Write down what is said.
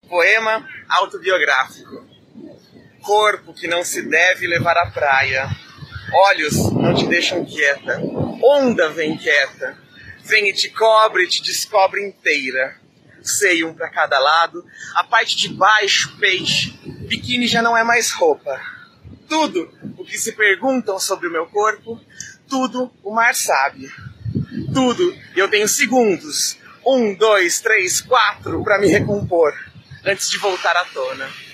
Poema autobiográfico. Corpo que não se deve levar à praia. Olhos não te deixam quieta. Onda vem quieta. Vem e te cobre e te descobre inteira. Seio um pra cada lado. A parte de baixo, peixe. Biquíni já não é mais roupa. Tudo o que se perguntam sobre o meu corpo, tudo o mar sabe. Tudo, eu tenho segundos. 1, 2, 3, 4 pra me recompor. Antes de voltar à tona.